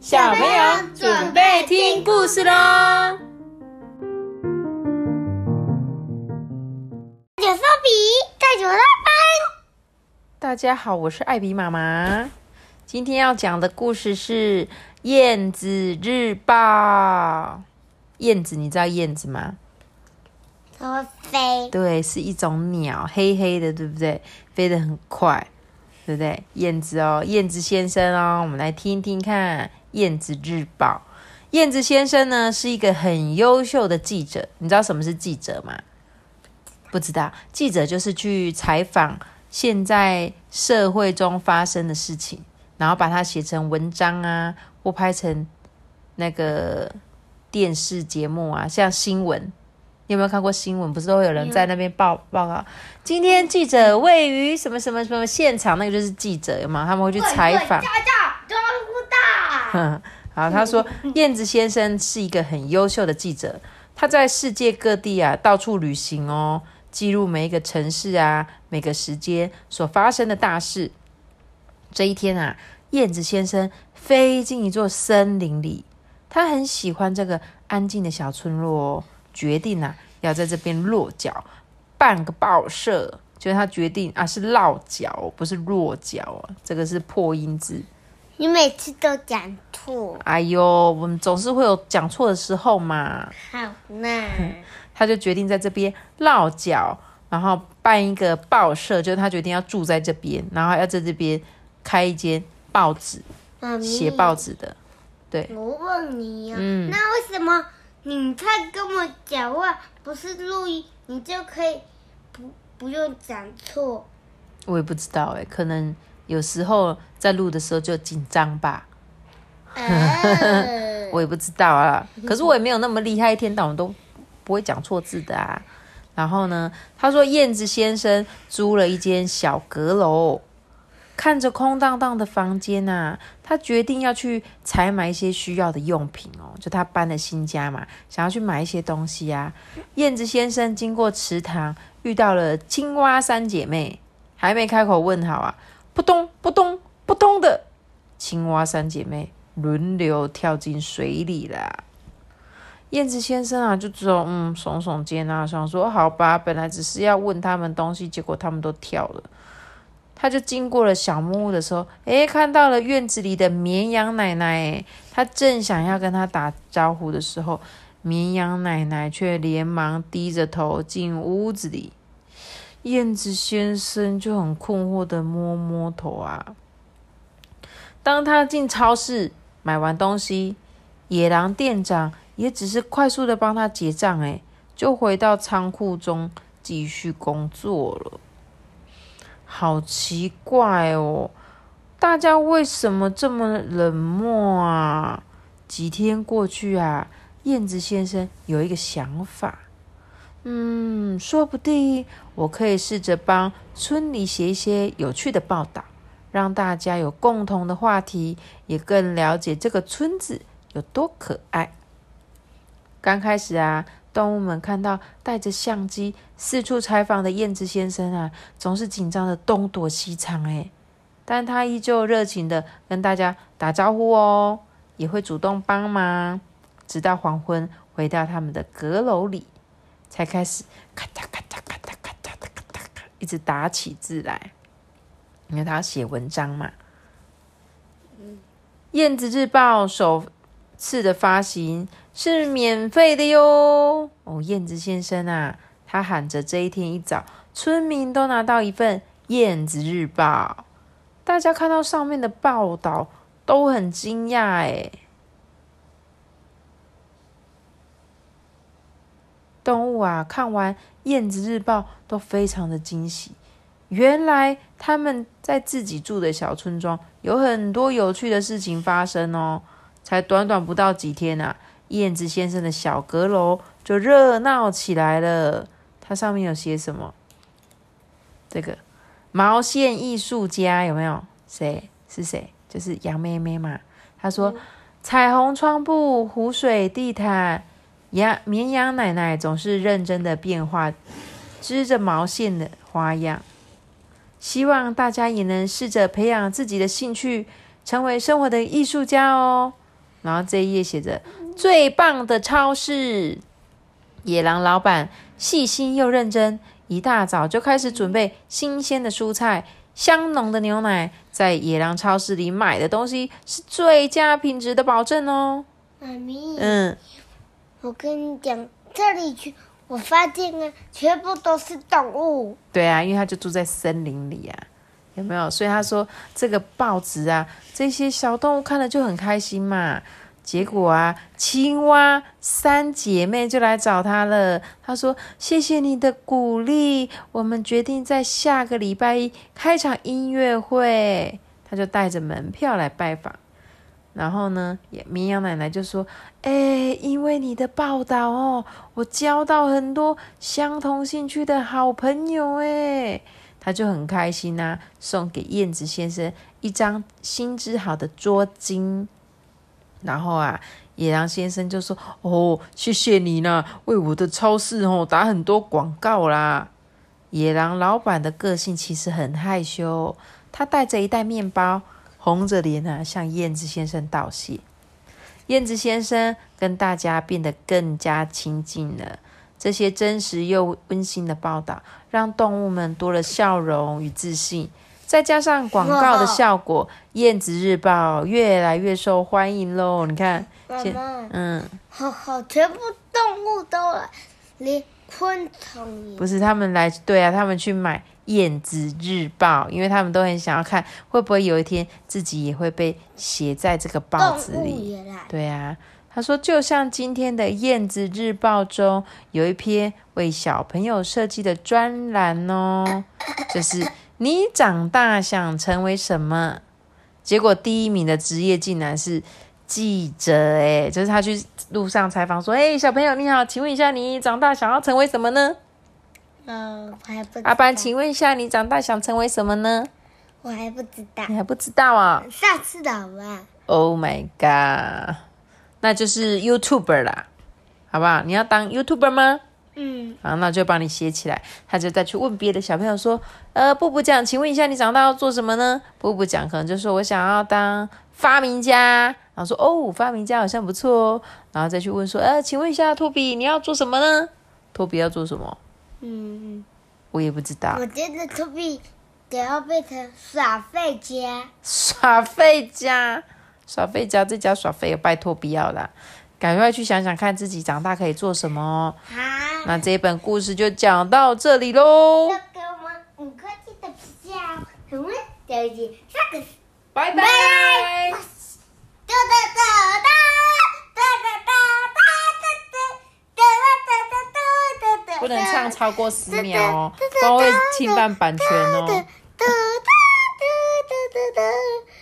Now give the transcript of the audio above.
小朋友准备听故事咯。 有手比在九大班。 大家好，我是艾比妈妈。今天要讲的故事是燕子日报。燕子，你知道燕子吗？ 它会飞。 对，是一种鸟，黑黑的，对不对？飞得很快，对不对？燕子哦，燕子先生哦，我们来听听看燕子日报。燕子先生呢是一个很优秀的记者，你知道什么是记者吗？不知道，记者就是去采访现在社会中发生的事情，然后把它写成文章啊，或拍成那个电视节目啊，像新闻。你有没有看过新闻？不是都会有人在那边报告？今天记者位于什么什么什么现场，那个就是记者，有没有？他们会去采访。好，他说燕子先生是一个很优秀的记者，他在世界各地啊到处旅行哦，记录每一个城市啊、每个时间所发生的大事。这一天啊，燕子先生飞进一座森林里，他很喜欢这个安静的小村落哦，决定啊要在这边落脚，办个报社。就是他决定啊是落脚，不是落脚，这个是破音字。 你每次都讲错。 哎呦，我们总是会有讲错的时候嘛。 好那他就决定在这边落脚，然后办一个报社，就是他决定要住在这边，然后要在这边开一间报纸，写报纸的。对， 我问你哦，那为什么你在跟我讲话，不是录音，你就可以不用讲错？ 我也不知道可能有时候在录的时候就紧张吧。我也不知道啊，可是我也没有那么厉害，一天到晚都不会讲错字的啊。然后呢，他说燕子先生租了一间小阁楼，看着空荡荡的房间啊，他决定要去采买一些需要的用品哦。就他搬了新家嘛，想要去买一些东西啊。燕子先生经过池塘，遇到了青蛙三姐妹，还没开口问好啊，扑通扑通扑通的，青蛙三姐妹轮流跳进水里啦。燕子先生啊，就只有耸耸肩啊，想说好吧，本来只是要问他们东西，结果他们都跳了。他就经过了小木屋的时候，看到了院子里的绵羊奶奶。他正想要跟他打招呼的时候，绵羊奶奶却连忙低着头进屋子里。燕子先生就很困惑的摸摸头啊。当他进超市买完东西，野狼店长也只是快速的帮他结账，就回到仓库中继续工作了。好奇怪哦，大家为什么这么冷漠啊？几天过去啊，燕子先生有一个想法，说不定我可以试着帮村里写一些有趣的报道，让大家有共同的话题，也更了解这个村子有多可爱。刚开始啊，动物们看到带着相机四处采访的燕子先生啊，总是紧张的东躲西藏但他依旧热情的跟大家打招呼哦，也会主动帮忙，直到黄昏回到他们的阁楼里，才开始咔嗒咔嗒咔嗒咔嗒咔嗒咔，一直打起字来，因为他要写文章嘛。燕子日报首次的发行是免费的哟。燕子先生啊，他喊着这一天一早，村民都拿到一份燕子日报。大家看到上面的报道都很惊讶动物啊，看完燕子日报都非常的惊喜。原来他们在自己住的小村庄有很多有趣的事情发生哦。才短短不到几天啊，燕子先生的小阁楼就热闹起来了。它上面有写什么？这个毛线艺术家有没有？谁？是谁？就是杨妹妹嘛。她说，彩虹窗布、湖水地毯，绵羊奶奶总是认真的变化织着毛线的花样。希望大家也能试着培养自己的兴趣，成为生活的艺术家哦。 然后这一页写着最棒的超市。野狼老板细心又认真，一大早就开始准备新鲜的蔬菜、香浓的牛奶。在野狼超市里买的东西是最佳品质的保证哦。 妈咪，我跟你讲，这里我发现啊，全部都是动物。 对啊，因为他就住在森林里啊，有没有？所以他说这个报纸啊，这些小动物看了就很开心嘛。结果啊，青蛙3姐妹就来找他了。他说：“谢谢你的鼓励，我们决定在下个礼拜1开场音乐会。”他就带着门票来拜访。然后呢，绵羊奶奶就说：“因为你的报道哦，我交到很多相同兴趣的好朋友哎。”他就很开心啊，送给燕子先生一张新织好的桌巾。然后啊，野狼先生就说：“谢谢你啦，为我的超市打很多广告啦。”野狼老板的个性其实很害羞，他带着一袋面包，红着脸啊，向燕子先生道谢。燕子先生跟大家变得更加亲近了。这些真实又温馨的报道，让动物们多了笑容与自信。再加上广告的效果，燕子日报越来越受欢迎咯。你看， 妈妈，全部动物都来，连昆虫也不是他们来，对啊，他们去买燕子日报，因为他们都很想要看，会不会有一天自己也会被写在这个报纸里。对啊，他说，就像今天的燕子日报中有一篇为小朋友设计的专栏哦，就是你长大想成为什么？结果第1名的职业竟然是记者就是他去路上采访说：“小朋友你好，请问一下你长大想要成为什么呢？” 我还不知道。 阿班，请问一下你长大想成为什么呢？ 我还不知道。 你还不知道啊？ 上次的好吧 ？Oh my god！ 那就是 YouTuber 啦，好不好？你要当 YouTuber 吗？好，那就帮你写起来。他就再去问别的小朋友说：“布布讲，请问一下，你长大要做什么呢？”布布讲可能就说：“我想要当发明家。”然后说：“发明家好像不错哦。”然后再去问说：“请问一下，托比，你要做什么呢？”托比要做什么？我也不知道。 我觉得托比得要变成耍废家。 耍废家，在家耍废，拜托不要啦。赶快去想想看自己长大可以做什么哦。 好， 那这一本故事就讲到这里咯。 要给我们5颗星的评价哦。我们下集下个， 拜拜。不能唱超过10秒哦，不然会侵犯版权哦。